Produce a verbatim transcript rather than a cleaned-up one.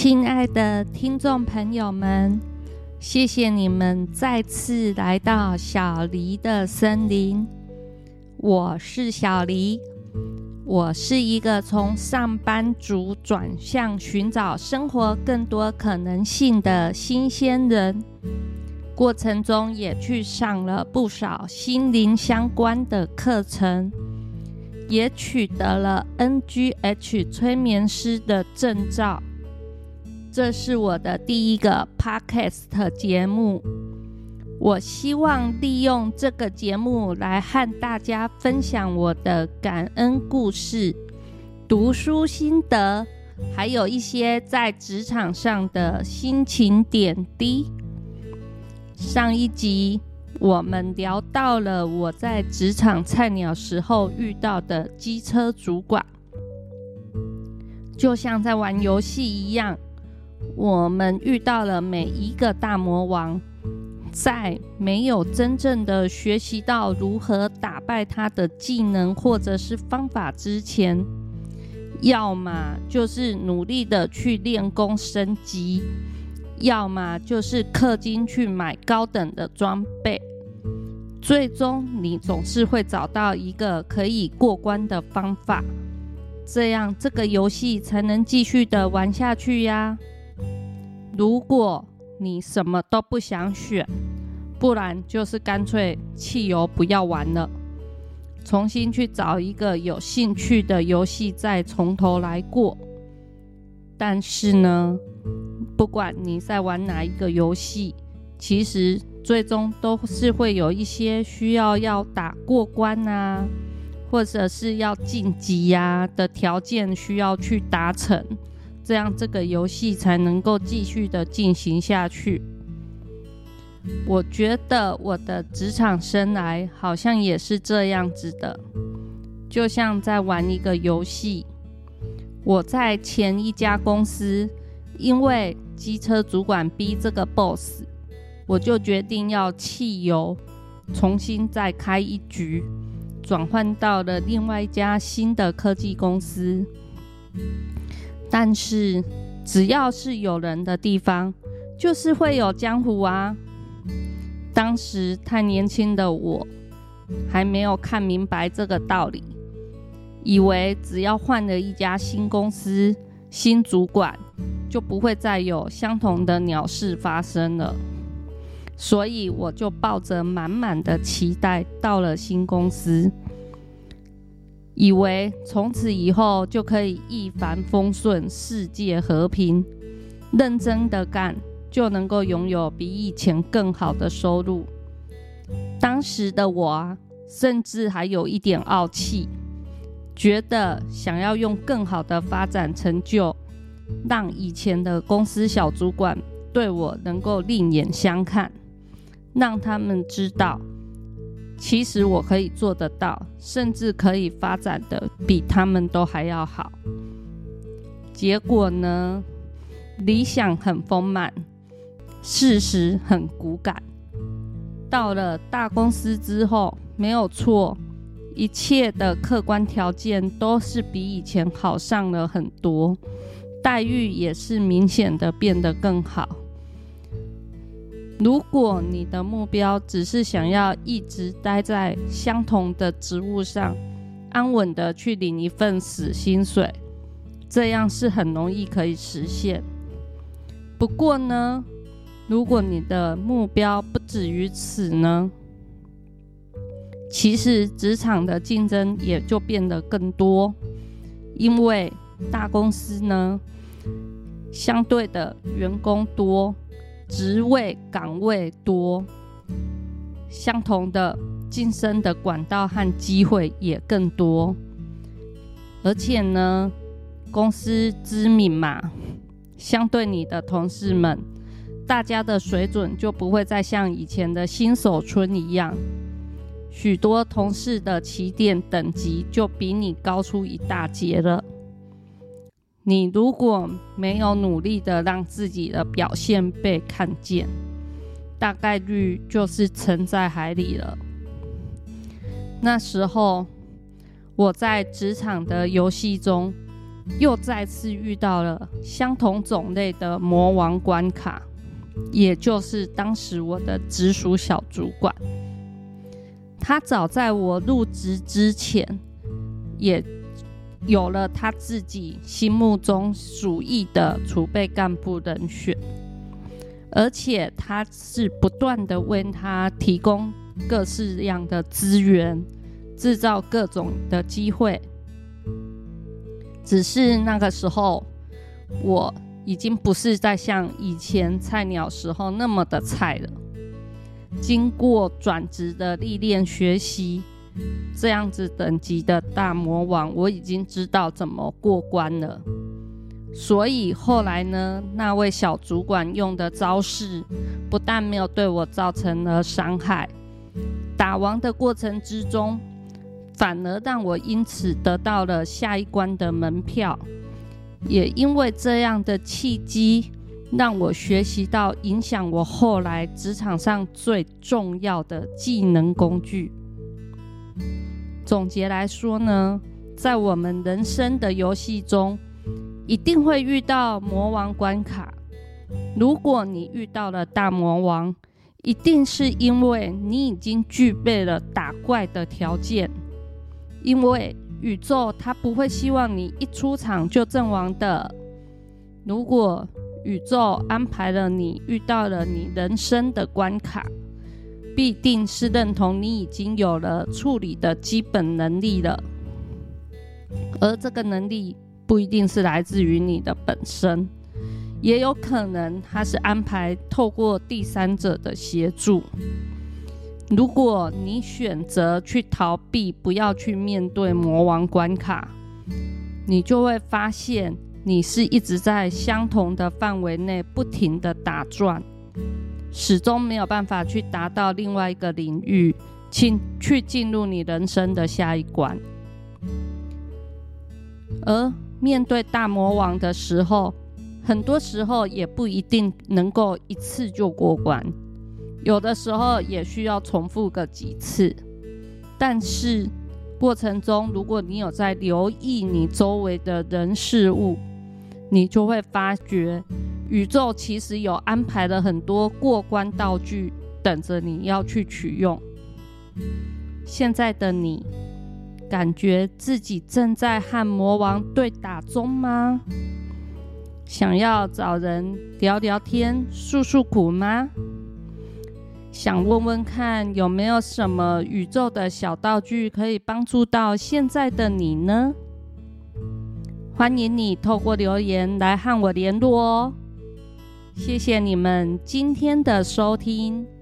亲爱的听众朋友们，谢谢你们再次来到小黎的森林。我是小黎，我是一个从上班族转向寻找生活更多可能性的新鲜人，过程中也去上了不少心灵相关的课程，也取得了 N G H 催眠师的证照。这是我的第一个 Podcast 节目，我希望利用这个节目来和大家分享我的感恩故事、读书心得，还有一些在职场上的心情点滴。上一集我们聊到了我在职场菜鸟时候遇到的机车主管，就像在玩游戏一样，我们遇到了每一个大魔王，在没有真正的学习到如何打败他的技能或者是方法之前，要么就是努力的去练功升级，要么就是氪金去买高等的装备，最终你总是会找到一个可以过关的方法，这样这个游戏才能继续的玩下去呀。如果你什么都不想选，不然就是干脆弃游不要玩了，重新去找一个有兴趣的游戏再从头来过。但是呢，不管你在玩哪一个游戏，其实最终都是会有一些需要要打过关啊，或者是要晋级啊的条件需要去达成，这样这个游戏才能够继续的进行下去。我觉得我的职场生涯好像也是这样子的，就像在玩一个游戏。我在前一家公司，因为机车主管逼这个 boss， 我就决定要弃游，重新再开一局，转换到了另外一家新的科技公司。但是只要是有人的地方，就是会有江湖啊。当时太年轻的我还没有看明白这个道理，以为只要换了一家新公司、新主管，就不会再有相同的鸟事发生了。所以我就抱着满满的期待到了新公司，以为从此以后就可以一帆风顺、世界和平，认真的干就能够拥有比以前更好的收入。当时的我啊，甚至还有一点傲气，觉得想要用更好的发展成就，让以前的公司小主管对我能够另眼相看，让他们知道其实我可以做得到，甚至可以发展的比他们都还要好。结果呢，理想很丰满，事实很骨感。到了大公司之后，没有错，一切的客观条件都是比以前好上了很多，待遇也是明显的变得更好。如果你的目标只是想要一直待在相同的职务上，安稳的去领一份死薪水，这样是很容易可以实现。不过呢，如果你的目标不止于此呢，其实职场的竞争也就变得更多，因为大公司呢，相对的员工多，职位岗位多，相同的晋升的管道和机会也更多。而且呢，公司知名嘛，相对你的同事们，大家的水准就不会再像以前的新手村一样，许多同事的起点等级就比你高出一大截了。你如果没有努力的让自己的表现被看见，大概率就是沉在海里了。那时候我在职场的游戏中又再次遇到了相同种类的魔王关卡，也就是当时我的直属小主管。他早在我入职之前也有了他自己心目中属意的储备干部人选，而且他是不断的为他提供各式样的资源，制造各种的机会。只是那个时候我已经不是在像以前菜鸟时候那么的菜了，经过转职的历练学习，这样子等级的大魔王我已经知道怎么过关了。所以后来呢，那位小主管用的招式不但没有对我造成了伤害，打王的过程之中反而让我因此得到了下一关的门票。也因为这样的契机，让我学习到影响我后来职场上最重要的技能工具。总结来说呢，在我们人生的游戏中一定会遇到魔王关卡。如果你遇到了大魔王，一定是因为你已经具备了打怪的条件，因为宇宙它不会希望你一出场就阵亡的。如果宇宙安排了你遇到了你人生的关卡，必定是认同你已经有了处理的基本能力了，而这个能力不一定是来自于你的本身，也有可能它是安排透过第三者的协助。如果你选择去逃避，不要去面对魔王关卡，你就会发现你是一直在相同的范围内不停的打转，始终没有办法去达到另外一个领域，去进入你人生的下一关。而面对大魔王的时候，很多时候也不一定能够一次就过关，有的时候也需要重复个几次。但是过程中，如果你有在留意你周围的人事物，你就会发觉宇宙其实有安排了很多过关道具等着你要去取用。现在的你感觉自己正在和魔王对打中吗？想要找人聊聊天诉诉苦吗？想问问看有没有什么宇宙的小道具可以帮助到现在的你呢？欢迎你透过留言来和我联络哦。谢谢你们今天的收听。